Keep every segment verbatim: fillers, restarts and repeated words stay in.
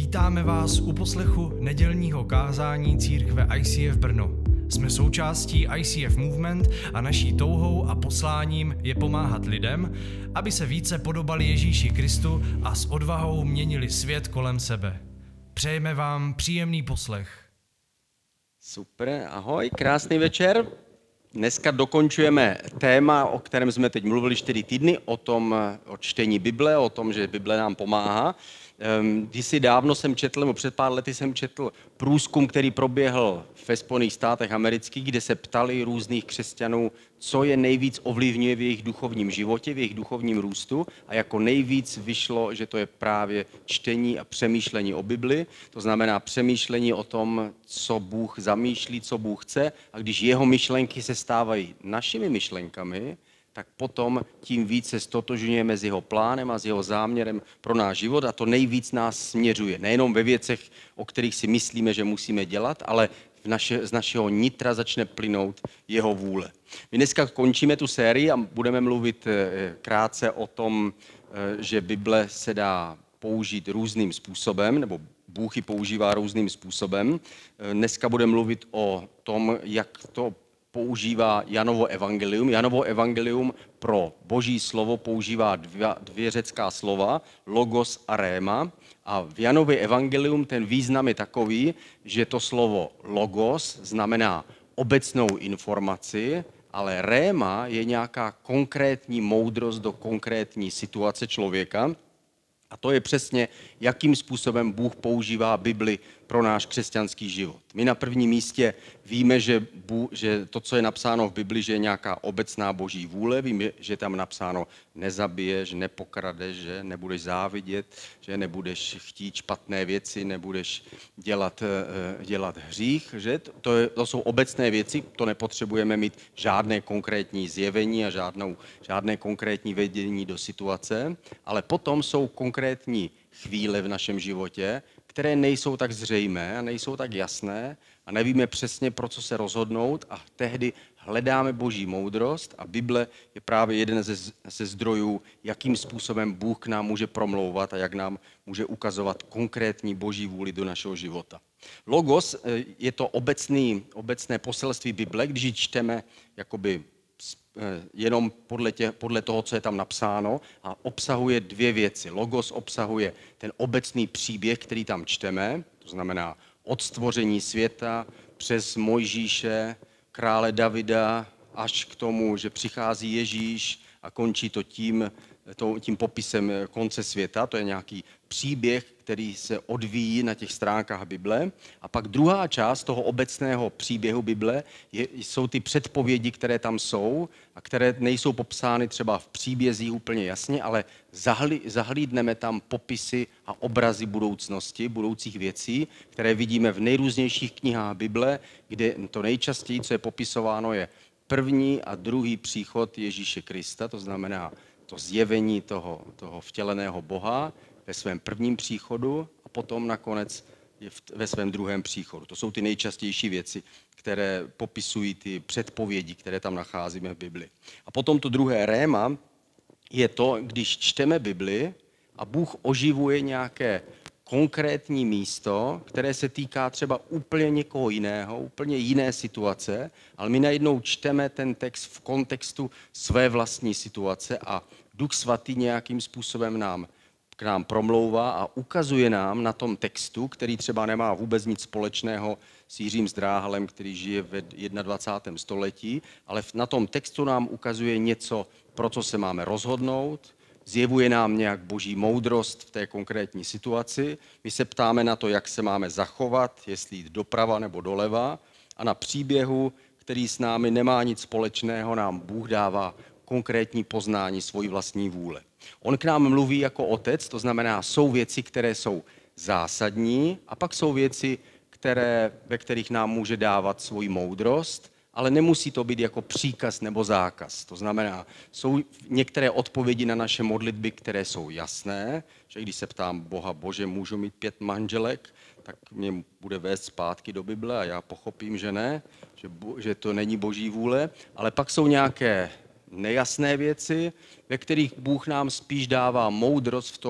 Vítáme vás u poslechu nedělního kázání církve I C F Brno. Jsme součástí I C F Movement a naší touhou a posláním je pomáhat lidem, aby se více podobali Ježíši Kristu a s odvahou měnili svět kolem sebe. Přejeme vám příjemný poslech. Super, ahoj, krásný večer. Dneska dokončujeme téma, o kterém jsme teď mluvili čtyři týdny, o tom, o čtení Bible, o tom, že Bible nám pomáhá. Kdysi dávno jsem četl, nebo před pár lety jsem četl průzkum, který proběhl ve Spojených státech amerických, kde se ptali různých křesťanů, co je nejvíc ovlivňuje v jejich duchovním životě, v jejich duchovním růstu, a jako nejvíc vyšlo, že to je právě čtení a přemýšlení o Bibli, to znamená přemýšlení o tom, co Bůh zamýšlí, co Bůh chce, a když jeho myšlenky se stávají našimi myšlenkami, tak potom tím víc se stotožňujeme s jeho plánem a s jeho záměrem pro náš život, a to nejvíc nás směřuje. Nejenom ve věcech, o kterých si myslíme, že musíme dělat, ale v naše, z našeho nitra začne plynout jeho vůle. My dneska končíme tu sérii a budeme mluvit krátce o tom, že Bible se dá použít různým způsobem, nebo Bůh ji používá různým způsobem. Dneska budeme mluvit o tom, jak to používá Janovo evangelium. Janovo evangelium pro Boží slovo používá dvě, dvě řecká slova, logos a réma. A v Janově evangelium ten význam je takový, že to slovo logos znamená obecnou informaci, ale réma je nějaká konkrétní moudrost do konkrétní situace člověka. A to je přesně, jakým způsobem Bůh používá Bibli pro náš křesťanský život. My na prvním místě víme, že, Bůh, že to, co je napsáno v Bibli, že je nějaká obecná boží vůle. Víme, že je tam napsáno nezabiješ, nepokradeš, že nebudeš závidět, že nebudeš chtít špatné věci, nebudeš dělat, dělat hřích. Že? To, je, to jsou obecné věci, to nepotřebujeme mít žádné konkrétní zjevení a žádnou, žádné konkrétní vedení do situace, ale potom jsou konkrétní chvíle v našem životě, které nejsou tak zřejmé a nejsou tak jasné a nevíme přesně, pro co se rozhodnout, a tehdy hledáme boží moudrost, a Bible je právě jeden ze, ze zdrojů, jakým způsobem Bůh k nám může promlouvat a jak nám může ukazovat konkrétní boží vůli do našeho života. Logos je to obecný, obecné poselství Bible, když ji čteme jakoby jenom podle, tě, podle toho, co je tam napsáno, a obsahuje dvě věci. Logos obsahuje ten obecný příběh, který tam čteme, to znamená od stvoření světa přes Mojžíše, krále Davida, až k tomu, že přichází Ježíš a končí to tím, tím popisem konce světa. To je nějaký příběh, který se odvíjí na těch stránkách Bible. A pak druhá část toho obecného příběhu Bible je, jsou ty předpovědi, které tam jsou a které nejsou popsány třeba v příbězích úplně jasně, ale zahlí, zahlídneme tam popisy a obrazy budoucnosti, budoucích věcí, které vidíme v nejrůznějších knihách Bible, kde to nejčastěji, co je popisováno, je první a druhý příchod Ježíše Krista, to znamená to zjevení toho, toho vtěleného Boha ve svém prvním příchodu a potom nakonec je ve svém druhém příchodu. To jsou ty nejčastější věci, které popisují ty předpovědi, které tam nacházíme v Bibli. A potom to druhé réma je to, když čteme Bibli a Bůh oživuje nějaké konkrétní místo, které se týká třeba úplně někoho jiného, úplně jiné situace, ale my najednou čteme ten text v kontextu své vlastní situace a Duch Svatý nějakým způsobem nám, k nám promlouvá a ukazuje nám na tom textu, který třeba nemá vůbec nic společného s Jiřím Zdráhalem, který žije ve dvacátém prvním století, ale na tom textu nám ukazuje něco, pro co se máme rozhodnout, zjevuje nám nějak boží moudrost v té konkrétní situaci. My se ptáme na to, jak se máme zachovat, jestli jít doprava nebo doleva, a na příběhu, který s námi nemá nic společného, nám Bůh dává konkrétní poznání svojí vlastní vůle. On k nám mluví jako otec, to znamená, jsou věci, které jsou zásadní, a pak jsou věci, které, ve kterých nám může dávat svoji moudrost, ale nemusí to být jako příkaz nebo zákaz. To znamená, jsou některé odpovědi na naše modlitby, které jsou jasné, že když se ptám Boha, Bože, můžu mít pět manželek, tak mě bude vést zpátky do Bible a já pochopím, že ne, že, že to není boží vůle, ale pak jsou nějaké nejasné věci, ve kterých Bůh nám spíš dává moudrost v tom,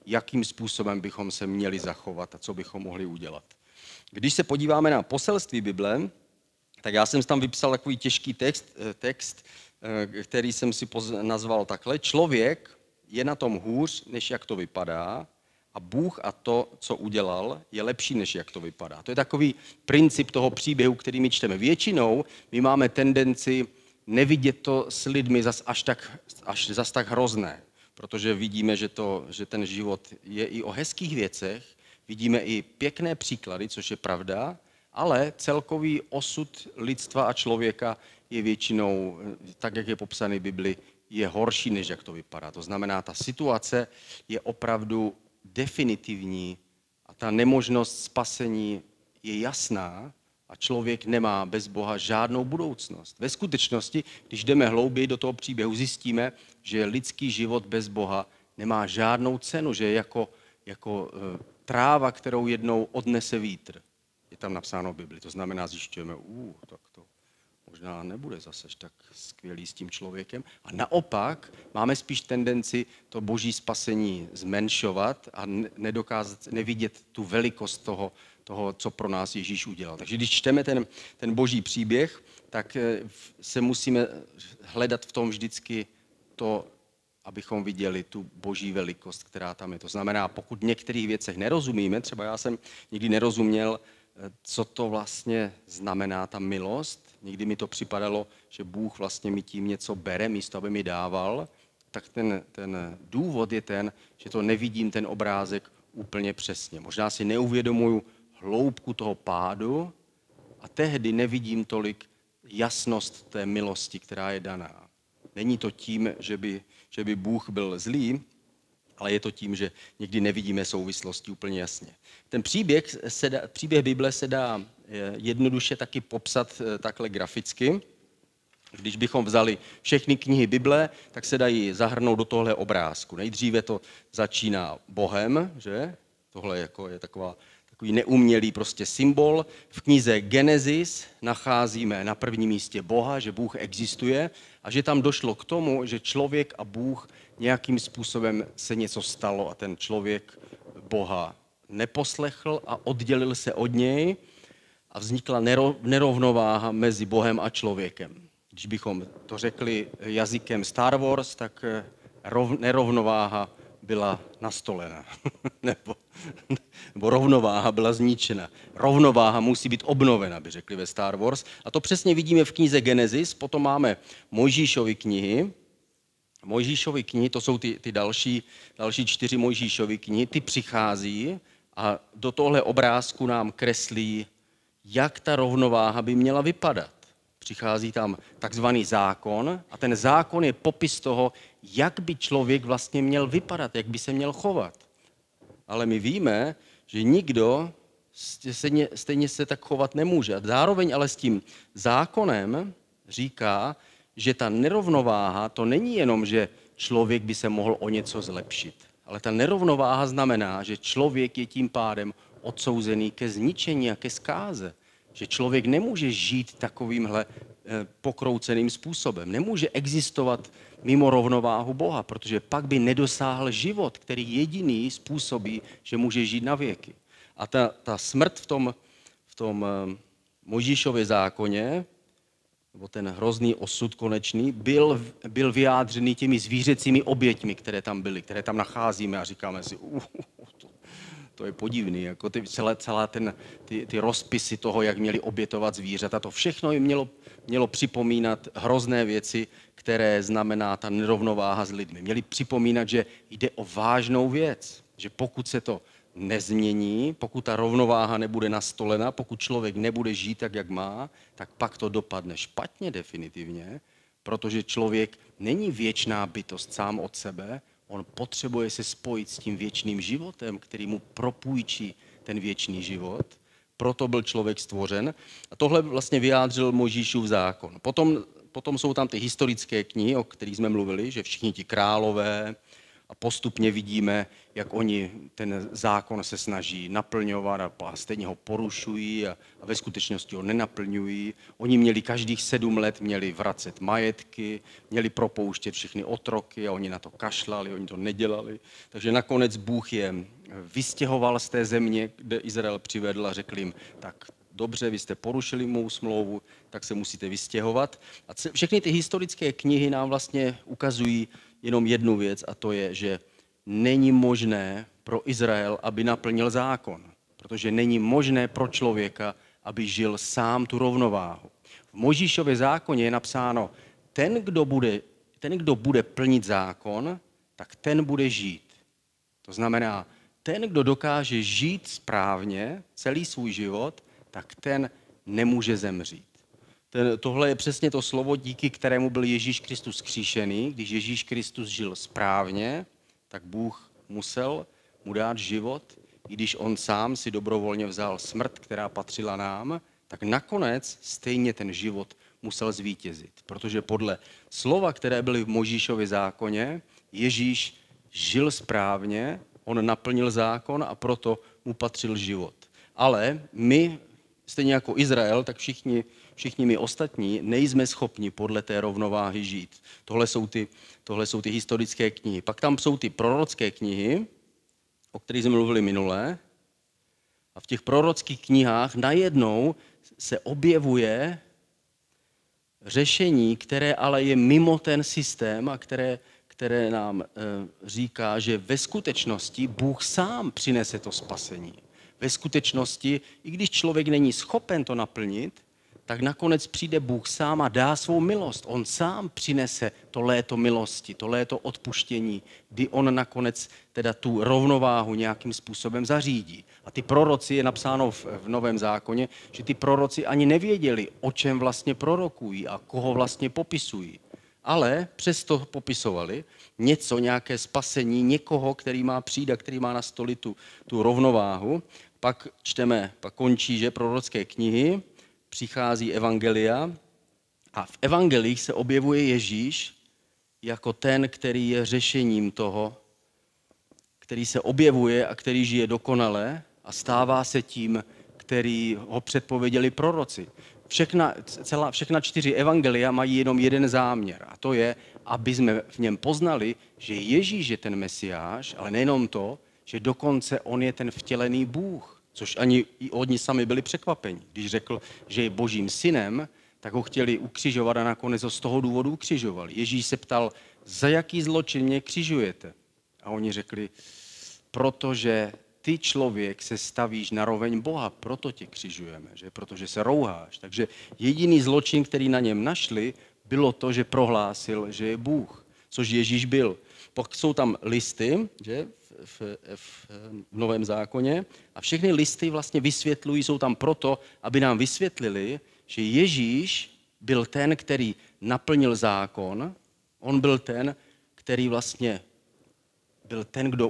jakým způsobem bychom se měli zachovat a co bychom mohli udělat. Když se podíváme na poselství Bible, tak já jsem tam vypsal takový těžký text, text který jsem si nazval takhle. Člověk je na tom hůř, než jak to vypadá, a Bůh a to, co udělal, je lepší, než jak to vypadá. To je takový princip toho příběhu, který my čteme. Většinou my máme tendenci nevidět to s lidmi zas až tak, až zas tak hrozné, protože vidíme, že, to, že ten život je i o hezkých věcech, vidíme i pěkné příklady, což je pravda, ale celkový osud lidstva a člověka je většinou, tak jak je popsaný v Bibli, je horší, než jak to vypadá. To znamená, ta situace je opravdu definitivní a ta nemožnost spasení je jasná a člověk nemá bez Boha žádnou budoucnost. Ve skutečnosti, když jdeme hlouběji do toho příběhu, zjistíme, že lidský život bez Boha nemá žádnou cenu, že je jako, jako e, tráva, kterou jednou odnese vítr. Je tam napsáno v Bibli. To znamená, zjišťujeme, uh, tak to možná nebude zase tak skvělý s tím člověkem. A naopak máme spíš tendenci to boží spasení zmenšovat a nedokázat, nevidět tu velikost toho, toho, co pro nás Ježíš udělal. Takže když čteme ten, ten boží příběh, tak se musíme hledat v tom vždycky to, abychom viděli tu boží velikost, která tam je. To znamená, pokud v některých věcech nerozumíme, třeba já jsem nikdy nerozuměl, co to vlastně znamená ta milost. Někdy mi to připadalo, že Bůh vlastně mi tím něco bere, místo aby mi dával. Tak ten, ten důvod je ten, že to nevidím ten obrázek úplně přesně. Možná si neuvědomuju hloubku toho pádu a tehdy nevidím tolik jasnost té milosti, která je daná. Není to tím, že by, že by Bůh byl zlý, ale je to tím, že někdy nevidíme souvislosti úplně jasně. Ten příběh, se dá, příběh Bible se dá jednoduše taky popsat takhle graficky. Když bychom vzali všechny knihy Bible, tak se dají zahrnout do tohle obrázku. Nejdříve to začíná Bohem, že? Tohle jako je taková, takový neumělý prostě symbol. V knize Genesis nacházíme na prvním místě Boha, že Bůh existuje a že tam došlo k tomu, že člověk a Bůh nějakým způsobem se něco stalo a ten člověk Boha neposlechl a oddělil se od něj a vznikla nerovnováha mezi Bohem a člověkem. Když bychom to řekli jazykem Star Wars, tak nerovnováha byla nastolena, nebo, nebo rovnováha byla zničena. Rovnováha musí být obnovena, by řekli ve Star Wars. A to přesně vidíme v knize Genesis, potom máme Mojžíšovy knihy. Mojžíšovy knihy, to jsou ty, ty další, další čtyři Mojžíšovy knihy, ty přichází a do tohle obrázku nám kreslí, jak ta rovnováha by měla vypadat. Přichází tam takzvaný zákon a ten zákon je popis toho, jak by člověk vlastně měl vypadat, jak by se měl chovat. Ale my víme, že nikdo stejně, stejně se tak chovat nemůže. A zároveň ale s tím zákonem říká, že ta nerovnováha, to není jenom, že člověk by se mohl o něco zlepšit, ale ta nerovnováha znamená, že člověk je tím pádem odsouzený ke zničení a ke zkáze. Že člověk nemůže žít takovýmhle pokrouceným způsobem. Nemůže existovat mimo rovnováhu Boha, protože pak by nedosáhl život, který jediný způsobí, že může žít na věky. A ta, ta smrt v tom, v tom Mojžíšově zákoně, nebo ten hrozný osud konečný, byl, byl vyjádřený těmi zvířecími oběťmi, které tam byly, které tam nacházíme a říkáme si, uh, to, to je podivný, jako ty, celé, celá ten, ty, ty rozpisy toho, jak měli obětovat zvířata, to všechno jim mělo, mělo připomínat hrozné věci, které znamená ta nerovnováha s lidmi. Měli připomínat, že jde o vážnou věc, že pokud se to nezmění, pokud ta rovnováha nebude nastolena, pokud člověk nebude žít tak, jak má, tak pak to dopadne špatně definitivně, protože člověk není věčná bytost sám od sebe, on potřebuje se spojit s tím věčným životem, který mu propůjčí ten věčný život. Proto byl člověk stvořen. A tohle vlastně vyjádřil Mojžíšův zákon. Potom, potom jsou tam ty historické knihy, o kterých jsme mluvili, že všichni ti králové A postupně vidíme, jak oni ten zákon se snaží naplňovat a stejně ho porušují a, a ve skutečnosti ho nenaplňují. Oni měli každých sedm let měli vracet majetky, měli propouštět všechny otroky a oni na to kašlali, oni to nedělali. Takže nakonec Bůh je vystěhoval z té země, kde Izrael přivedl a řekl jim, tak dobře, vy jste porušili mou smlouvu, tak se musíte vystěhovat. A všechny ty historické knihy nám vlastně ukazují jenom jednu věc, a to je, že není možné pro Izrael, aby naplnil zákon, protože není možné pro člověka, aby žil sám tu rovnováhu. V Mojžíšově zákoně je napsáno, ten, kdo bude, ten, kdo bude plnit zákon, tak ten bude žít. To znamená, ten, kdo dokáže žít správně celý svůj život, tak ten nemůže zemřít. Ten, tohle je přesně to slovo, díky kterému byl Ježíš Kristus zkříšený. Když Ježíš Kristus žil správně, tak Bůh musel mu dát život. I když on sám si dobrovolně vzal smrt, která patřila nám, tak nakonec stejně ten život musel zvítězit. Protože podle slova, které byly v Mojžíšově zákoně, Ježíš žil správně, on naplnil zákon a proto mu patřil život. Ale my, stejně jako Izrael, tak všichni, všichni my ostatní nejsme schopni podle té rovnováhy žít. Tohle jsou, ty, tohle jsou ty historické knihy. Pak tam jsou ty prorocké knihy, o kterých jsme mluvili minule. A v těch prorockých knihách najednou se objevuje řešení, které ale je mimo ten systém a které, které nám e, říká, že ve skutečnosti Bůh sám přinese to spasení. Ve skutečnosti, i když člověk není schopen to naplnit, tak nakonec přijde Bůh sám a dá svou milost. On sám přinese to léto milosti, to léto odpuštění, kdy on nakonec teda tu rovnováhu nějakým způsobem zařídí. A ty proroci, je napsáno v, v Novém zákoně, že ty proroci ani nevěděli, o čem vlastně prorokují a koho vlastně popisují. Ale přesto popisovali něco, nějaké spasení, někoho, který má přijít a který má nastolit tu, tu rovnováhu. Pak čteme, pak končí, že prorocké knihy, přichází evangelia a v evangelích se objevuje Ježíš jako ten, který je řešením toho, který se objevuje a který žije dokonale a stává se tím, který ho předpověděli proroci. Všechna, celá, všechna čtyři evangelia mají jenom jeden záměr a to je, aby jsme v něm poznali, že Ježíš je ten Mesiáš, ale nejenom to, že dokonce on je ten vtělený Bůh. Což ani i oni sami byli překvapeni. Když řekl, že je Božím synem, tak ho chtěli ukřižovat a nakonec ho z toho důvodu ukřižovali. Ježíš se ptal, za jaký zločin mě křižujete? A oni řekli, protože ty člověk se stavíš na roveň Boha, proto tě křižujeme, že? Protože se rouháš. Takže jediný zločin, který na něm našli, bylo to, že prohlásil, že je Bůh, což Ježíš byl. Pak jsou tam listy, že? V, v, v Novém zákoně a všechny listy vlastně vysvětlují, jsou tam proto, aby nám vysvětlili, že Ježíš byl ten, který naplnil zákon, on byl ten, který vlastně byl ten, kdo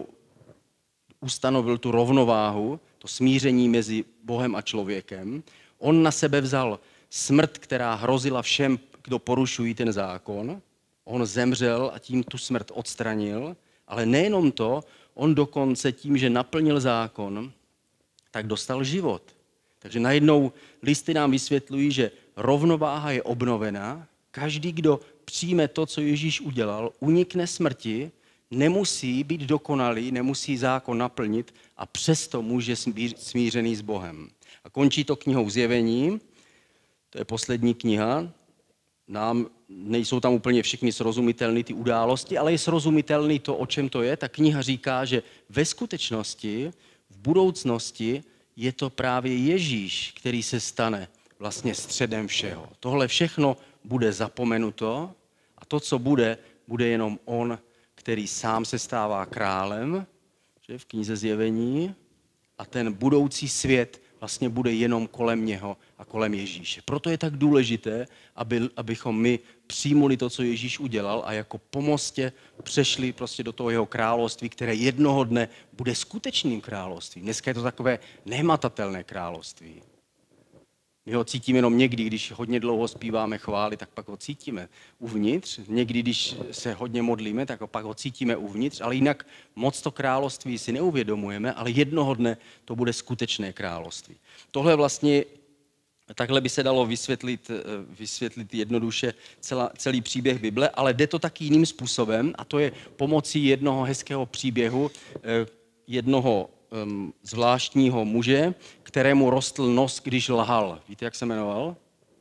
ustanovil tu rovnováhu, to smíření mezi Bohem a člověkem. On na sebe vzal smrt, která hrozila všem, kdo porušují ten zákon. On zemřel a tím tu smrt odstranil, ale nejenom to, on dokonce tím, že naplnil zákon, tak dostal život. Takže najednou listy nám vysvětlují, že rovnováha je obnovená. Každý, kdo přijme to, co Ježíš udělal, unikne smrti, nemusí být dokonalý, nemusí zákon naplnit a přesto může smířený s Bohem. A končí to knihou Zjevení, to je poslední kniha. Nám nejsou tam úplně všichni srozumitelné ty události, ale je srozumitelný to, o čem to je. Ta kniha říká, že ve skutečnosti, v budoucnosti je to právě Ježíš, který se stane vlastně středem všeho. Tohle všechno bude zapomenuto a to, co bude, bude jenom on, který sám se stává králem, že v knize Zjevení, a ten budoucí svět vlastně bude jenom kolem něho a kolem Ježíše. Proto je tak důležité, aby, abychom my přijmuli to, co Ježíš udělal a jako po mostě přešli prostě do toho jeho království, které jednoho dne bude skutečným královstvím. Dneska je to takové nehmatatelné království. My ho cítíme jenom někdy, když hodně dlouho zpíváme chvály, tak pak ho cítíme uvnitř. Někdy, když se hodně modlíme, tak pak ho cítíme uvnitř, ale jinak moc to království si neuvědomujeme, ale jednoho dne to bude skutečné království. Tohle vlastně, takhle by se dalo vysvětlit, vysvětlit jednoduše celá, celý příběh Bible, ale jde to taky jiným způsobem a to je pomocí jednoho hezkého příběhu, jednoho um, zvláštního muže, kterému rostl nos, když lhal. Víte, jak se jmenoval?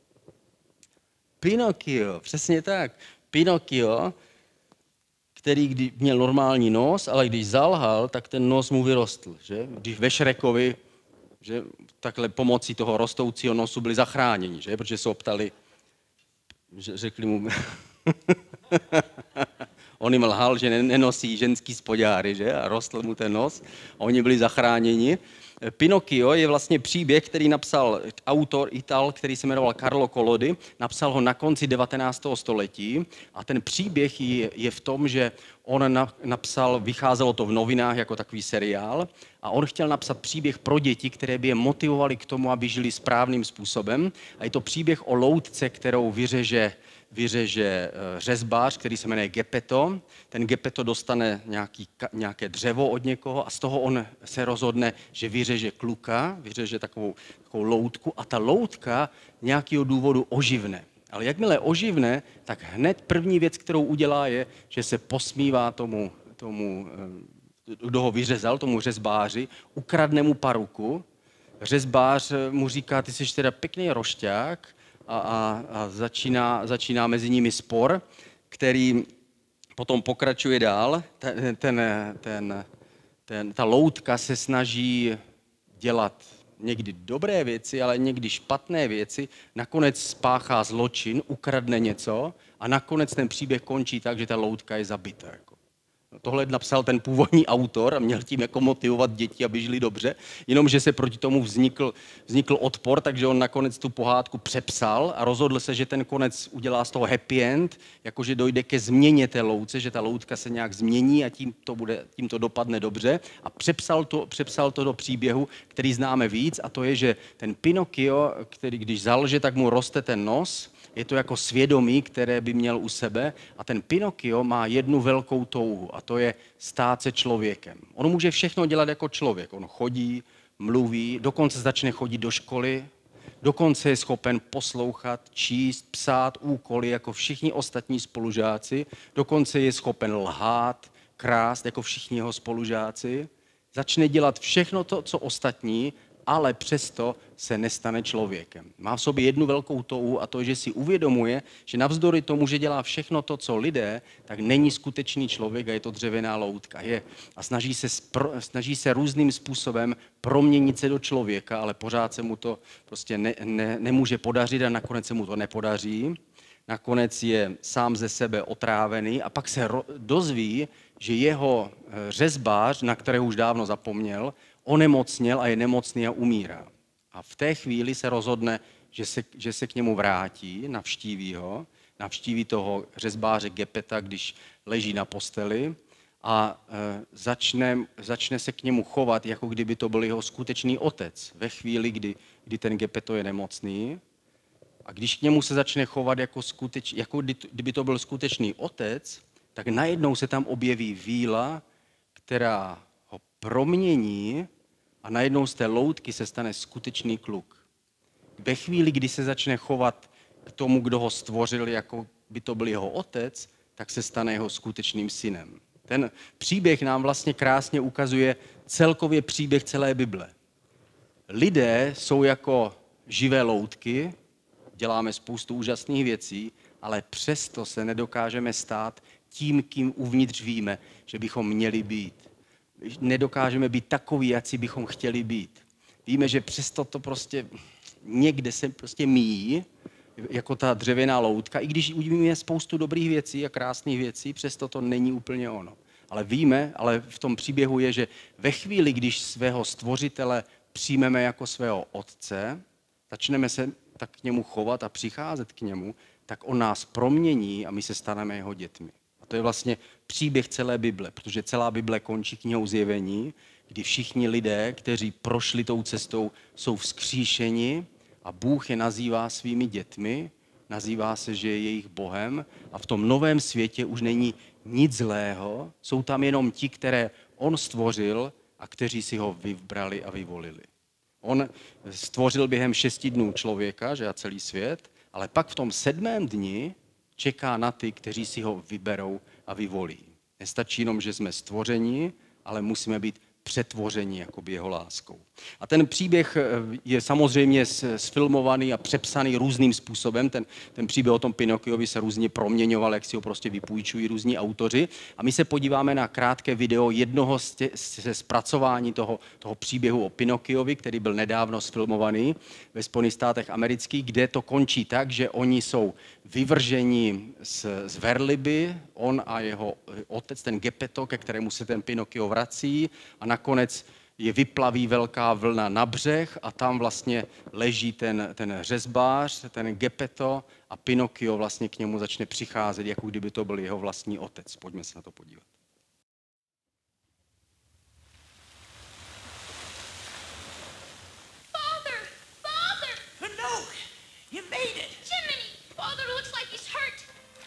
Pinokio, přesně tak. Pinokio, který kdy měl normální nos, ale když zalhal, tak ten nos mu vyrostl. Že? Když ve Šrekovi, že takhle pomocí toho rostoucího nosu byli zachráněni, že? Protože se ho ptali, že řekli mu... On jim lhal, že nenosí ženský spodňáry, že? A rostl mu ten nos a oni byli zachráněni. Pinokio je vlastně příběh, který napsal autor Ital, který se jmenoval Carlo Collodi. Napsal ho na konci devatenáctého století a ten příběh je, je v tom, že on na, napsal, vycházelo to v novinách jako takový seriál a on chtěl napsat příběh pro děti, které by je motivovaly k tomu, aby žili správným způsobem. A je to příběh o loutce, kterou vyřeže vyřeže řezbář, který se jmenuje Gepetto. Ten Gepetto dostane nějaký, nějaké dřevo od někoho a z toho on se rozhodne, že vyřeže kluka, vyřeže takovou, takovou loutku a ta loutka nějakého důvodu oživne. Ale jakmile oživne, tak hned první věc, kterou udělá, je, že se posmívá tomu, tomu kdo ho vyřezal, tomu řezbáři, ukradne mu paruku. Řezbář mu říká, ty jsi teda pěkný rošťák, a, a, a začíná, začíná mezi nimi spor, který potom pokračuje dál. Ten, ten, ten, ten, ta loutka se snaží dělat někdy dobré věci, ale někdy špatné věci. Nakonec spáchá zločin, ukradne něco a nakonec ten příběh končí tak, že ta loutka je zabitá. Tohle napsal ten původní autor a měl tím jako motivovat děti, aby žili dobře, jenomže se proti tomu vznikl, vznikl odpor, takže on nakonec tu pohádku přepsal a rozhodl se, že ten konec udělá z toho happy end, jakože dojde ke změně té loutce, že ta loutka se nějak změní a tím to, bude, tím to dopadne dobře a přepsal to, přepsal to do příběhu, který známe víc a to je, že ten Pinokio, který když zalže, tak mu roste ten nos. Je to jako svědomí, které by měl u sebe a ten Pinokio má jednu velkou touhu a to je stát se člověkem. On může všechno dělat jako člověk. On chodí, mluví, dokonce začne chodit do školy, dokonce je schopen poslouchat, číst, psát úkoly jako všichni ostatní spolužáci, dokonce je schopen lhát, krást jako všichni jeho spolužáci. Začne dělat všechno to, co ostatní, ale přesto se nestane člověkem. Má v sobě jednu velkou touhu a to, že si uvědomuje, že navzdory tomu, že dělá všechno to, co lidé, tak není skutečný člověk a je to dřevěná loutka. Je. A snaží se, spr- snaží se různým způsobem proměnit se do člověka, ale pořád se mu to prostě ne, ne, nemůže podařit a nakonec se mu to nepodaří. Nakonec je sám ze sebe otrávený a pak se ro- dozví, že jeho řezbář, na kterého už dávno zapomněl, onemocněl a je nemocný a umírá. A v té chvíli se rozhodne, že se, že se k němu vrátí, navštíví ho, navštíví toho řezbáře Gepetta, když leží na posteli a e, začne, začne se k němu chovat, jako kdyby to byl jeho skutečný otec. Ve chvíli, kdy, kdy ten Gepetto je nemocný a když k němu se začne chovat, jako, skuteč, jako kdyby to byl skutečný otec, tak najednou se tam objeví víla, která ho promění a najednou z té loutky se stane skutečný kluk. Ve chvíli, kdy se začne chovat k tomu, kdo ho stvořil, jako by to byl jeho otec, tak se stane jeho skutečným synem. Ten příběh nám vlastně krásně ukazuje celkově příběh celé Bible. Lidé jsou jako živé loutky, děláme spoustu úžasných věcí, ale přesto se nedokážeme stát tím, kým uvnitř víme, že bychom měli být. Nedokážeme být takový, jací bychom chtěli být. Víme, že přesto to prostě někde se prostě míjí, jako ta dřevěná loutka, i když uvidíme spoustu dobrých věcí a krásných věcí, přesto to není úplně ono. Ale víme, ale v tom příběhu je, že ve chvíli, když svého stvořitele přijmeme jako svého otce, začneme se tak k němu chovat a přicházet k němu, tak on nás promění a my se staneme jeho dětmi. A to je vlastně příběh celé Bible, protože celá Bible končí knihou Zjevení, kdy všichni lidé, kteří prošli tou cestou, jsou vzkříšeni a Bůh je nazývá svými dětmi, nazývá se, že je jejich Bohem a v tom novém světě už není nic zlého, jsou tam jenom ti, které on stvořil a kteří si ho vybrali a vyvolili. On stvořil během šesti dnů člověka, že a celý svět, ale pak v tom sedmém dni čeká na ty, kteří si ho vyberou a vyvolí. Nestačí jenom, že jsme stvořeni, ale musíme být přetvoření jakoby jeho láskou. A ten příběh je samozřejmě sfilmovaný a přepsaný různým způsobem. Ten, ten příběh o tom Pinokiovi se různě proměňoval, jak si ho prostě vypůjčují různí autoři. A my se podíváme na krátké video jednoho ze zpracování toho, toho příběhu o Pinokiovi, který byl nedávno sfilmovaný ve Spojených státech amerických, kde to končí tak, že oni jsou vyvrženi z, z velryby, on a jeho otec, ten Geppetto, ke kterému se ten Pinokio vrací, a nakonec je vyplaví velká vlna na břeh a tam vlastně leží ten, ten řezbář, ten Geppetto, a Pinokio vlastně k němu začne přicházet, jako kdyby to byl jeho vlastní otec. Pojďme se na to podívat. Father! Father! Pinocchio! You made it! Jiminy! Father looks like he's hurt!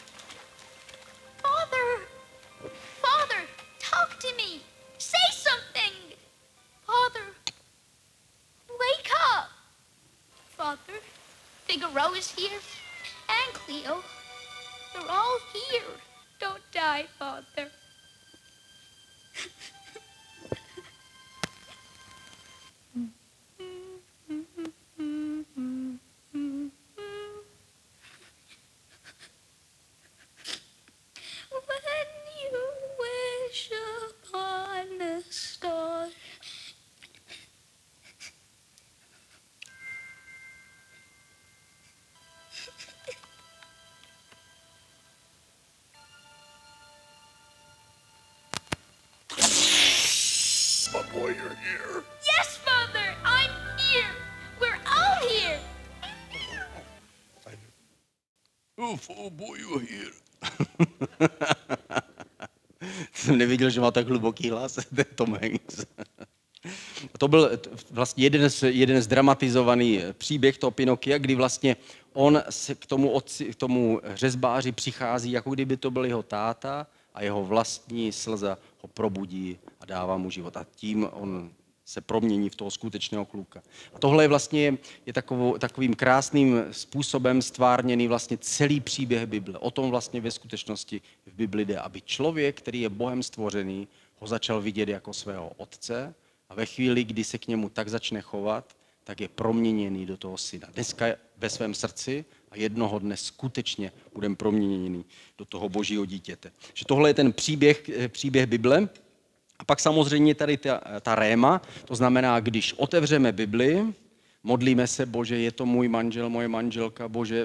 Father! Father! Talk to me! Say something! Father! Wake up! Father! Figaro is here. And Cleo. They're all here. Don't die, Father. When you wish upon a star. My boy, you're here. Yes, Father, I'm here. We're all here. Oof, oh boy, you're here. Jsem nevěděl, že má tak hluboký hlas, to je Tom Hanks. To byl vlastně jeden z, jeden z dramatizovaný příběh toho Pinokia, kdy vlastně on se k tomu, otci, k tomu řezbáři přichází, jako kdyby to byl jeho táta, a jeho vlastní slza ho probudí a dává mu život. A tím on se promění v toho skutečného kluka. A tohle je vlastně je takovou, takovým krásným způsobem stvárněný vlastně celý příběh Bible. O tom vlastně ve skutečnosti v Bibli jde, aby člověk, který je Bohem stvořený, ho začal vidět jako svého otce a ve chvíli, kdy se k němu tak začne chovat, tak je proměněný do toho syna. Dneska je ve svém srdci a jednoho dne skutečně budeme proměněný do toho božího dítěte. Že tohle je ten příběh, příběh Bible. A pak samozřejmě tady ta, ta réma, to znamená, když otevřeme Bibli, modlíme se, Bože, je to můj manžel, moje manželka, Bože,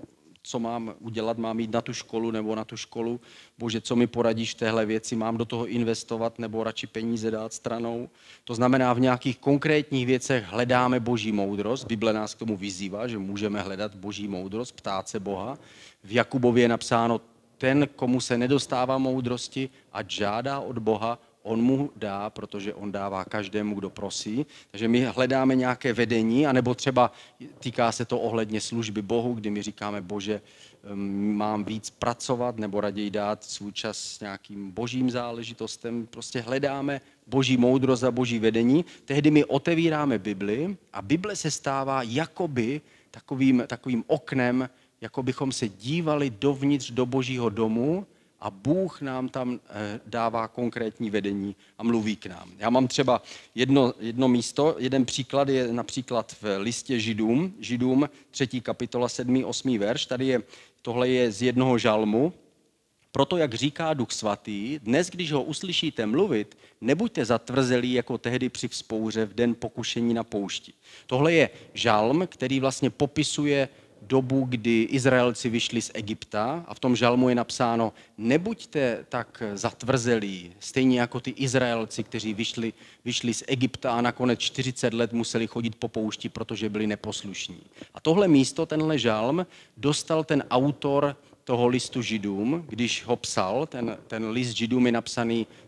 co mám udělat, mám jít na tu školu nebo na tu školu, Bože, co mi poradíš v téhle věci, mám do toho investovat nebo radši peníze dát stranou. To znamená, v nějakých konkrétních věcech hledáme boží moudrost. Bible nás k tomu vyzývá, že můžeme hledat boží moudrost, ptát se Boha. V Jakubově je napsáno, ten, komu se nedostává moudrosti, ať žádá od Boha, on mu dá, protože on dává každému, kdo prosí. Takže my hledáme nějaké vedení, anebo třeba týká se to ohledně služby Bohu, kdy my říkáme, Bože, mám víc pracovat, nebo raději dát svůj čas s nějakým božím záležitostem. Prostě hledáme boží moudrost a boží vedení. Tehdy my otevíráme Bibli a Bible se stává jakoby takovým, takovým oknem, jako bychom se dívali dovnitř do božího domu, a Bůh nám tam dává konkrétní vedení a mluví k nám. Já mám třeba jedno, jedno místo, jeden příklad je například v listě Židům, Židům třetí kapitola, sedmý, osmý verš. Tady je, tohle je z jednoho žalmu. Proto, jak říká Duch Svatý, dnes, když ho uslyšíte mluvit, nebuďte zatvrzelí jako tehdy při vzpouře v den pokušení na poušti. Tohle je žalm, který vlastně popisuje dobu, kdy Izraelci vyšli z Egypta, a v tom žalmu je napsáno, nebuďte tak zatvrzelí, stejně jako ty Izraelci, kteří vyšli, vyšli z Egypta a nakonec čtyřicet let museli chodit po poušti, protože byli neposlušní. A tohle místo, tenhle žalm, dostal ten autor toho listu Židům, když ho psal, ten, ten list Židům je napsaný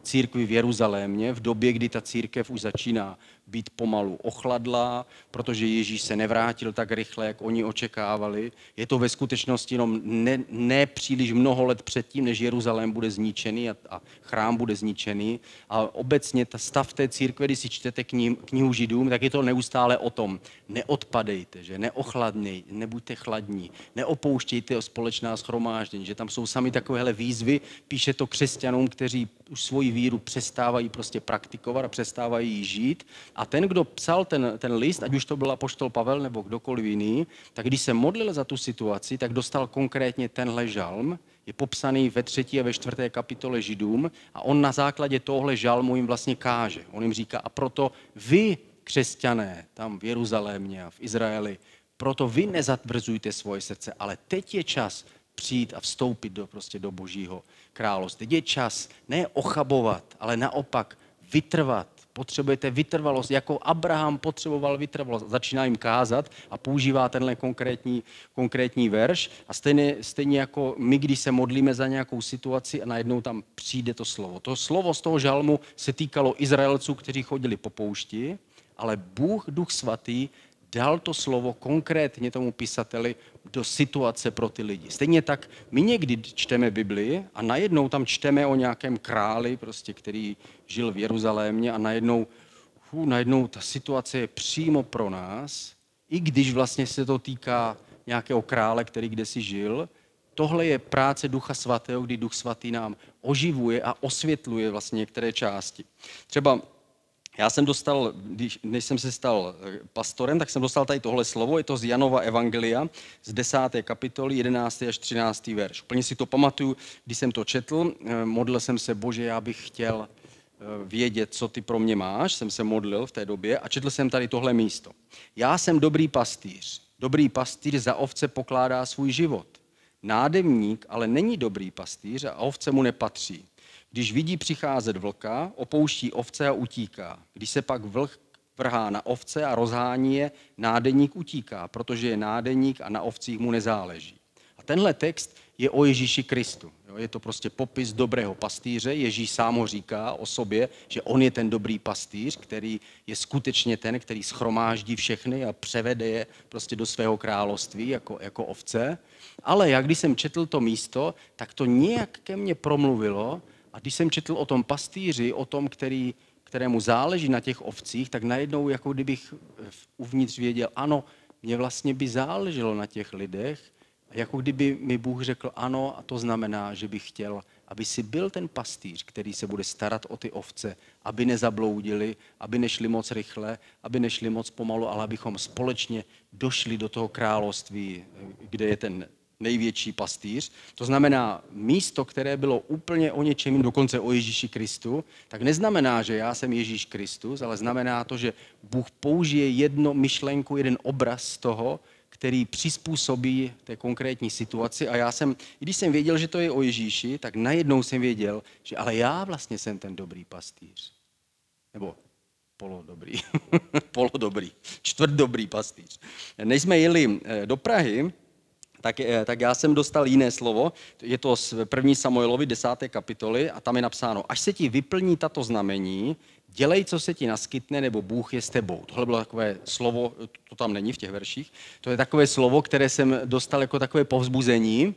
církvi v Jeruzalémě v době, kdy ta církev už začíná být pomalu ochladlá, protože Ježíš se nevrátil tak rychle, jak oni očekávali. Je to ve skutečnosti jenom ne, ne příliš mnoho let předtím, než Jeruzalém bude zničený a, a chrám bude zničený. A obecně ta stav té církve, když si čtete knihu, knihu Židům, tak je to neustále o tom. Neodpadejte, že neochladnej, nebuďte chladní, neopouštějte společná shromáždění, že tam jsou sami takovéhle výzvy, píše to křesťanům, kteří už svoji víru přestávají prostě praktikovat a přestávají jí žít. A ten, kdo psal ten, ten list, ať už to byl apoštol Pavel nebo kdokoliv jiný, tak když se modlil za tu situaci, tak dostal konkrétně tenhle žalm, je popsaný ve třetí a ve čtvrté kapitole Židům a on na základě tohle žalmu jim vlastně káže. On jim říká, a proto vy, křesťané, tam v Jeruzalémě a v Izraeli, proto vy nezatvrzujte svoje srdce, ale teď je čas přijít a vstoupit do, prostě do Božího království. Teď je čas ne ochabovat, ale naopak vytrvat. Potřebujete vytrvalost, jako Abraham potřeboval vytrvalost. Začíná jim kázat a používá tenhle konkrétní, konkrétní verš. A stejně, stejně jako my, když se modlíme za nějakou situaci a najednou tam přijde to slovo. To slovo z toho žalmu se týkalo Izraelců, kteří chodili po poušti, ale Bůh, Duch Svatý, dal to slovo konkrétně tomu pisateli do situace pro ty lidi. Stejně tak my někdy čteme Biblii a najednou tam čteme o nějakém králi, prostě, který žil v Jeruzalémě a najednou, hů, najednou ta situace je přímo pro nás, i když vlastně se to týká nějakého krále, který kdesi žil. Tohle je práce Ducha Svatého, kdy Duch Svatý nám oživuje a osvětluje vlastně některé části. Třeba já jsem dostal, když, než jsem se stal pastorem, tak jsem dostal tady tohle slovo, je to z Janova evangelia, z desáté kapitoly, jedenáctý až třináctý verš. Úplně si to pamatuju, když jsem to četl, modlil jsem se, Bože, já bych chtěl vědět, co ty pro mě máš, jsem se modlil v té době a četl jsem tady tohle místo. Já jsem dobrý pastýř, dobrý pastýř za ovce pokládá svůj život. Nádemník ale není dobrý pastýř a ovce mu nepatří. Když vidí přicházet vlka, opouští ovce a utíká. Když se pak vlk vrhá na ovce a rozhání je, nádeník utíká, protože je nádeník a na ovcích mu nezáleží. A tenhle text je o Ježíši Kristu. Je to prostě popis dobrého pastýře. Ježíš sám ho říká o sobě, že on je ten dobrý pastýř, který je skutečně ten, který shromáždí všechny a převede je prostě do svého království jako, jako ovce. Ale jak když jsem četl to místo, tak to nějak ke mně promluvilo. A když jsem četl o tom pastýři, o tom, který, kterému záleží na těch ovcích, tak najednou, jako kdybych uvnitř věděl, ano, mě vlastně by záleželo na těch lidech, a jako kdyby mi Bůh řekl ano, a to znamená, že bych chtěl, aby si byl ten pastýř, který se bude starat o ty ovce, aby nezabloudili, aby nešli moc rychle, aby nešli moc pomalu, ale abychom společně došli do toho království, kde je ten největší pastýř. To znamená místo, které bylo úplně o něčem, dokonce o Ježíši Kristu, tak neznamená, že já jsem Ježíš Kristus, ale znamená to, že Bůh použije jednu myšlenku, jeden obraz z toho, který přizpůsobí té konkrétní situaci. A já jsem, i když jsem věděl, že to je o Ježíši, tak najednou jsem věděl, že ale já vlastně jsem ten dobrý pastýř. Nebo polodobrý, polodobrý, čtvrtdobrý pastýř. Než jsme jeli do Prahy, Tak, tak já jsem dostal jiné slovo, je to z první Samuelovi desáté kapitoly a tam je napsáno, až se ti vyplní tato znamení, dělej, co se ti naskytne, nebo Bůh je s tebou. Tohle bylo takové slovo, to tam není v těch verších, to je takové slovo, které jsem dostal jako takové povzbuzení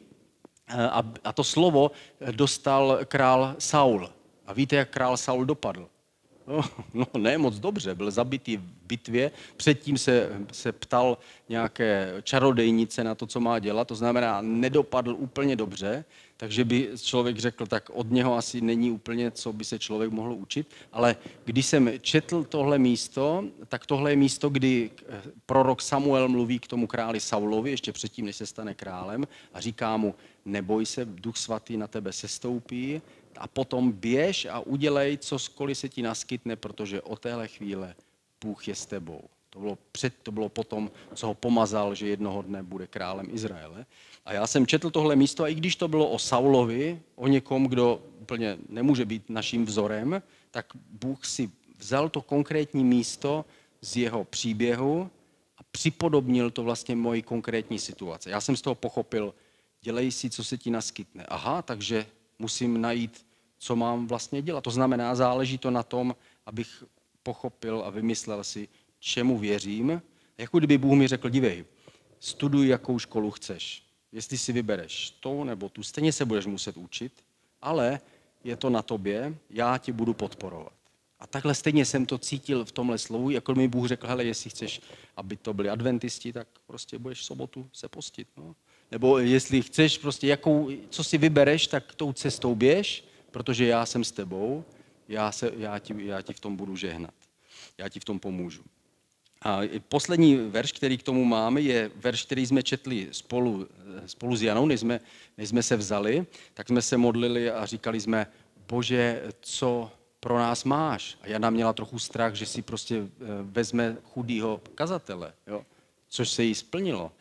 a, a to slovo dostal král Saul. A víte, jak král Saul dopadl? No, no ne moc dobře, byl zabitý v bitvě, předtím se, se ptal nějaké čarodejnice na to, co má dělat, to znamená, nedopadl úplně dobře, takže by člověk řekl, tak od něho asi není úplně, co by se člověk mohl učit, ale když jsem četl tohle místo, tak tohle je místo, kdy prorok Samuel mluví k tomu králi Saulovi, ještě předtím, než se stane králem, a říká mu, neboj se, Duch Svatý na tebe sestoupí, a potom běž a udělej, cokoliv se ti naskytne, protože od téhle chvíle Bůh je s tebou. To bylo, před, to bylo potom, co ho pomazal, že jednoho dne bude králem Izraele. A já jsem četl tohle místo, a i když to bylo o Saulovi, o někom, kdo úplně nemůže být naším vzorem, tak Bůh si vzal to konkrétní místo z jeho příběhu a připodobnil to vlastně moji konkrétní situace. Já jsem z toho pochopil, dělej si, co se ti naskytne. Aha, takže musím najít co mám vlastně dělat. To znamená, záleží to na tom, abych pochopil a vymyslel si, čemu věřím. Jako kdyby Bůh mi řekl, dívej, studuj, jakou školu chceš. Jestli si vybereš to nebo tu, stejně se budeš muset učit, ale je to na tobě, já tě budu podporovat. A takhle stejně jsem to cítil v tomhle slovu, jako mi Bůh řekl, hele, jestli chceš, aby to byli adventisti, tak prostě budeš v sobotu se postit. No. Nebo jestli chceš, prostě jakou, co si vybereš, tak tou cestou běž, protože já jsem s tebou, já, se, já, ti, já ti v tom budu žehnat, já ti v tom pomůžu. A poslední verš, který k tomu máme, je verš, který jsme četli spolu, spolu s Janou, než jsme, než jsme se vzali, tak jsme se modlili a říkali jsme, Bože, co pro nás máš? A Jana měla trochu strach, že si prostě vezme chudýho kazatele, jo? Což se jí splnilo.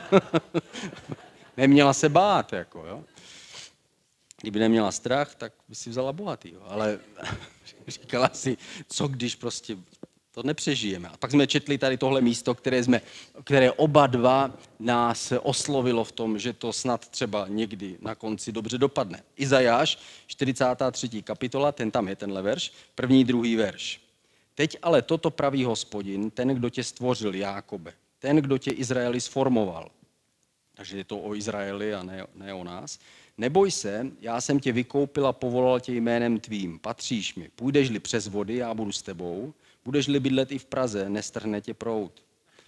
Neměla se bát, jako, jo? Kdyby neměla strach, tak by si vzala bohatýho, ale říkala si, co když prostě to nepřežijeme. A pak jsme četli tady tohle místo, které, jsme, které oba dva nás oslovilo v tom, že to snad třeba někdy na konci dobře dopadne. Izajáš, čtyřicátá třetí kapitola, ten tam je tenhle verš, první, druhý verš. Teď ale toto praví Hospodin, ten, kdo tě stvořil, Jákobe, ten, kdo tě Izraeli sformoval. Takže je to o Izraeli a ne, ne o nás. Neboj se, já jsem tě vykoupil a povolal tě jménem tvým, patříš mi. Půjdeš-li přes vody, já budu s tebou. Budeš-li bydlet i v Praze, nestrhne tě proud.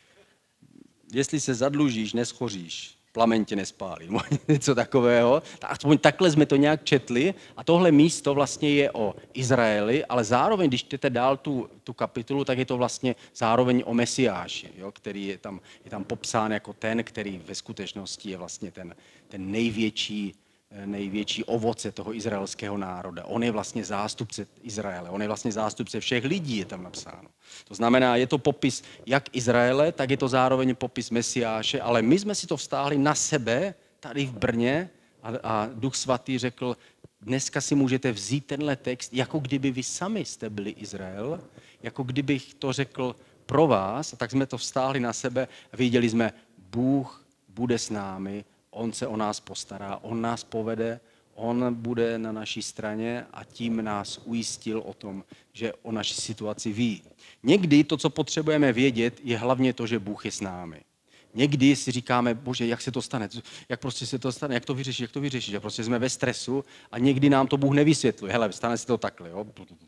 Jestli se zadlužíš, neschoříš, plamen tě nespálí. Něco takového. Aspoň takhle jsme to nějak četli. A tohle místo vlastně je o Izraeli, ale zároveň, když čtete dál tu, tu kapitolu, tak je to vlastně zároveň o Mesiáši, jo, který je tam, je tam popsán jako ten, který ve skutečnosti je vlastně ten, ten největší největší ovoce toho izraelského národa. On je vlastně zástupce Izraele, on je vlastně zástupce všech lidí, je tam napsáno. To znamená, je to popis jak Izraele, tak je to zároveň popis Mesiáše, ale my jsme si to vztáhli na sebe tady v Brně a, a Duch Svatý řekl, dneska si můžete vzít tenhle text, jako kdyby vy sami jste byli Izrael, jako kdybych to řekl pro vás, tak jsme to vztáhli na sebe a viděli jsme, Bůh bude s námi, on se o nás postará, on nás povede, on bude na naší straně a tím nás ujistil o tom, že o naší situaci ví. Někdy to, co potřebujeme vědět, je hlavně to, že Bůh je s námi. Někdy si říkáme, Bože, jak se to stane, jak prostě se to stane, jak to vyřešíš, jak to vyřešíš. A prostě jsme ve stresu a někdy nám to Bůh nevysvětluje. Hele, stane se to takhle. Jo?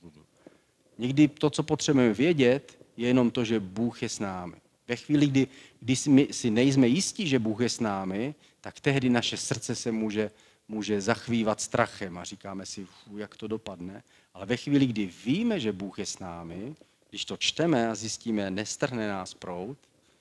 Někdy to, co potřebujeme vědět, je jenom to, že Bůh je s námi. Ve chvíli, kdy, kdy si nejsme jistí, že Bůh je s námi, tak tehdy naše srdce se může, může zachvívat strachem a říkáme si, fů, jak to dopadne. Ale ve chvíli, kdy víme, že Bůh je s námi, když to čteme a zjistíme, nestrhne nás proud,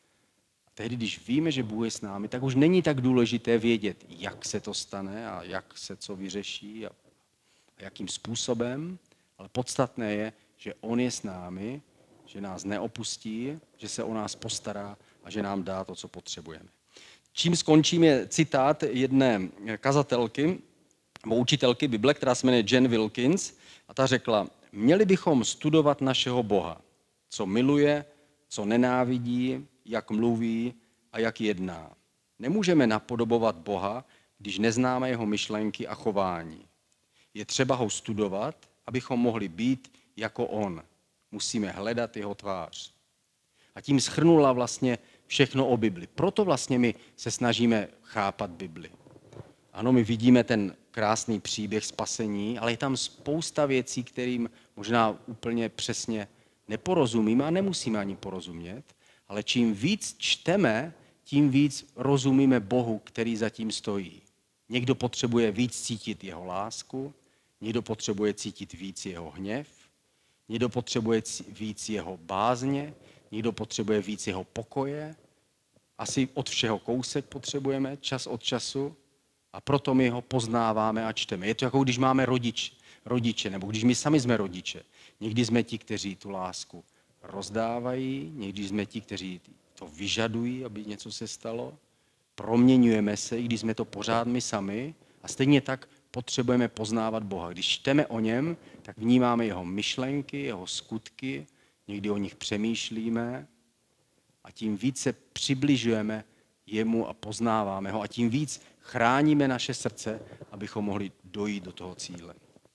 a tehdy, když víme, že Bůh je s námi, tak už není tak důležité vědět, jak se to stane a jak se co vyřeší a, a jakým způsobem, ale podstatné je, že on je s námi, že nás neopustí, že se o nás postará a že nám dá to, co potřebujeme. Čím skončím je citát jedné kazatelky, nebo učitelky Bible, která se jmenuje Jen Wilkins, a ta řekla, měli bychom studovat našeho Boha, co miluje, co nenávidí, jak mluví a jak jedná. Nemůžeme napodobovat Boha, když neznáme jeho myšlenky a chování. Je třeba ho studovat, abychom mohli být jako on. Musíme hledat jeho tvář. A tím shrnula vlastně všechno o Bibli. Proto vlastně my se snažíme chápat Bibli. Ano, my vidíme ten krásný příběh spasení, ale je tam spousta věcí, kterým možná úplně přesně neporozumíme a nemusíme ani porozumět, ale čím víc čteme, tím víc rozumíme Bohu, který za tím stojí. Někdo potřebuje víc cítit jeho lásku, někdo potřebuje cítit víc jeho hněv, někdo potřebuje víc jeho bázně, někdo potřebuje víc jeho pokoje. Asi od všeho kousek potřebujeme, čas od času, a proto my ho poznáváme a čteme. Je to jako když máme rodič, rodiče, nebo když my sami jsme rodiče. Někdy jsme ti, kteří tu lásku rozdávají, někdy jsme ti, kteří to vyžadují, aby něco se stalo. Proměňujeme se, i když jsme to pořád my sami, a stejně tak potřebujeme poznávat Boha. Když čteme o něm, tak vnímáme jeho myšlenky, jeho skutky, někdy o nich přemýšlíme a tím víc se přibližujeme jemu a poznáváme ho a tím víc chráníme naše srdce, abychom mohli dojít do toho cíle.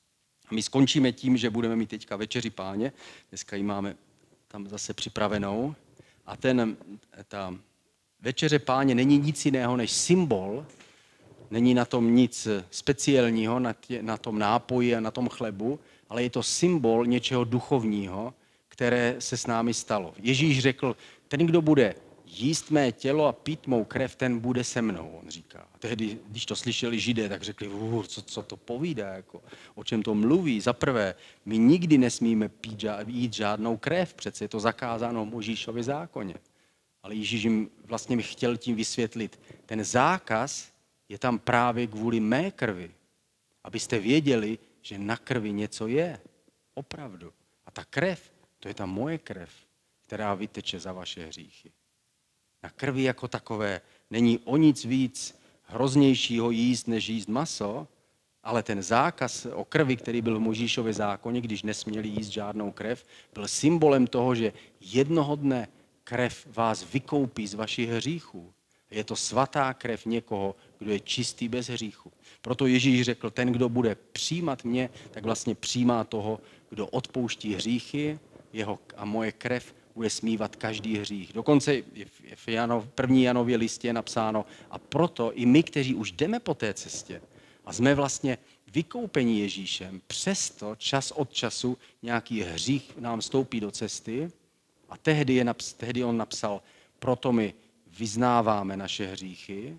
A my skončíme tím, že budeme mít teďka večeři Páně. Dneska ji máme tam zase připravenou. A ten, ta večeře Páně není nic jiného než symbol. Není na tom nic speciálního, na, tě, na tom nápoji a na tom chlebu, ale je to symbol něčeho duchovního, které se s námi stalo. Ježíš řekl, ten, kdo bude jíst mé tělo a pít mou krev, ten bude se mnou, on říká. A tehdy, když to slyšeli Židé, tak řekli, co, co to povídá, jako, o čem to mluví. Za prvé, my nikdy nesmíme pít, jít žádnou krev, přece je to zakázáno v Mojžíšově zákoně. Ale Ježíš jim vlastně mi chtěl tím vysvětlit, ten zákaz je tam právě kvůli mé krvi, abyste věděli, že na krvi něco je, opravdu. A ta krev, to je ta moje krev, která vyteče za vaše hříchy. Na krvi jako takové není o nic víc hroznějšího jíst, než jíst maso, ale ten zákaz o krvi, který byl v Mojžíšově zákoně, když nesměli jíst žádnou krev, byl symbolem toho, že jednoho dne krev vás vykoupí z vašich hříchů. Je to svatá krev někoho, kdo je čistý bez hříchu. Proto Ježíš řekl, ten, kdo bude přijímat mě, tak vlastně přijímá toho, kdo odpouští hříchy, jeho a moje krev bude smívat každý hřích. Dokonce v Janov, první Janově listě je napsáno, a proto i my, kteří už jdeme po té cestě a jsme vlastně vykoupeni Ježíšem, přesto čas od času nějaký hřích nám vstoupí do cesty a tehdy, je, tehdy on napsal, proto my vyznáváme naše hříchy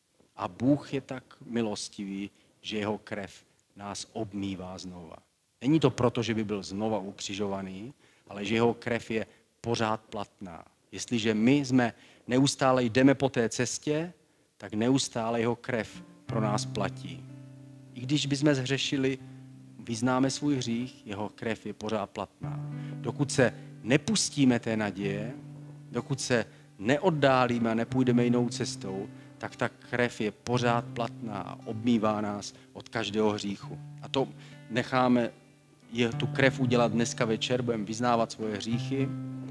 a Bůh je tak milostivý, že jeho krev nás obmývá znova. Není to proto, že by byl znova ukřižovaný, ale že jeho krev je pořád platná. Jestliže my jsme neustále jdeme po té cestě, tak neustále jeho krev pro nás platí. I když bychom zhřešili, vyznáme svůj hřích, jeho krev je pořád platná. Dokud se nepustíme té naděje, dokud se neoddálíme a nepůjdeme jinou cestou, tak ta krev je pořád platná a obmývá nás od každého hříchu. A to necháme je tu krev udělat dneska večer, budeme vyznávat svoje hříchy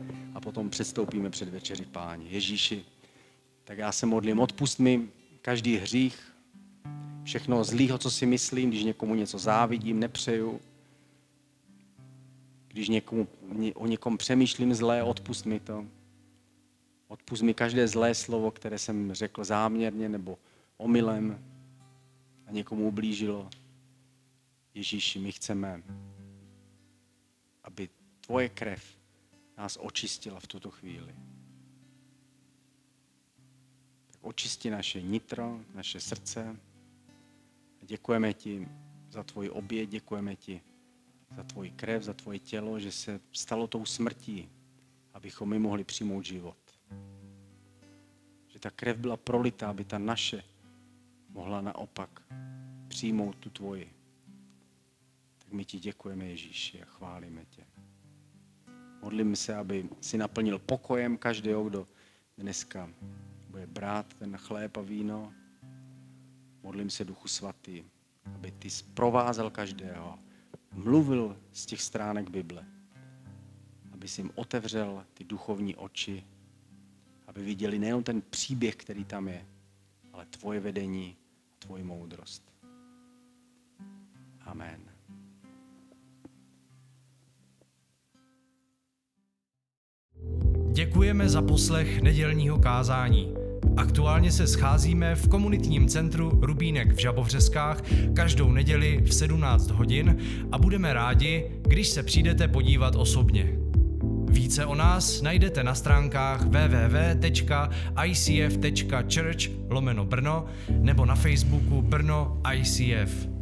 a potom předstoupíme před večeři Páně. Ježíši, tak já se modlím, odpusť mi každý hřích, všechno zlýho, co si myslím, když někomu něco závidím, nepřeju, když někomu, o někom přemýšlím zlé, odpusť mi to. Odpusť mi každé zlé slovo, které jsem řekl záměrně nebo omylem a někomu ublížilo. Ježíši, my chceme, aby tvoje krev nás očistila v tuto chvíli. Tak očisti naše nitro, naše srdce. Děkujeme ti za tvoji oběť, děkujeme ti za tvoji krev, za tvoje tělo, že se stalo tou smrtí, abychom my mohli přijmout život. Že ta krev byla prolitá, aby ta naše mohla naopak přijmout tu tvoji. Tak my ti děkujeme, Ježíši, a chválíme tě. Modlím se, aby si naplnil pokojem každého, kdo dneska bude brát ten chléb a víno. Modlím se, Duchu Svatý, aby ty provázel každého, mluvil z těch stránek Bible, aby si jim otevřel ty duchovní oči, aby viděli nejen ten příběh, který tam je, ale tvoje vedení a tvoji moudrost. Amen. Děkujeme za poslech nedělního kázání. Aktuálně se scházíme v komunitním centru Rubínek v Žabovřeskách každou neděli v sedmnáct hodin a budeme rádi, když se přijdete podívat osobně. Více o nás najdete na stránkách w w w tečka i c f tečka church lomeno Brno nebo na Facebooku Brno I C F.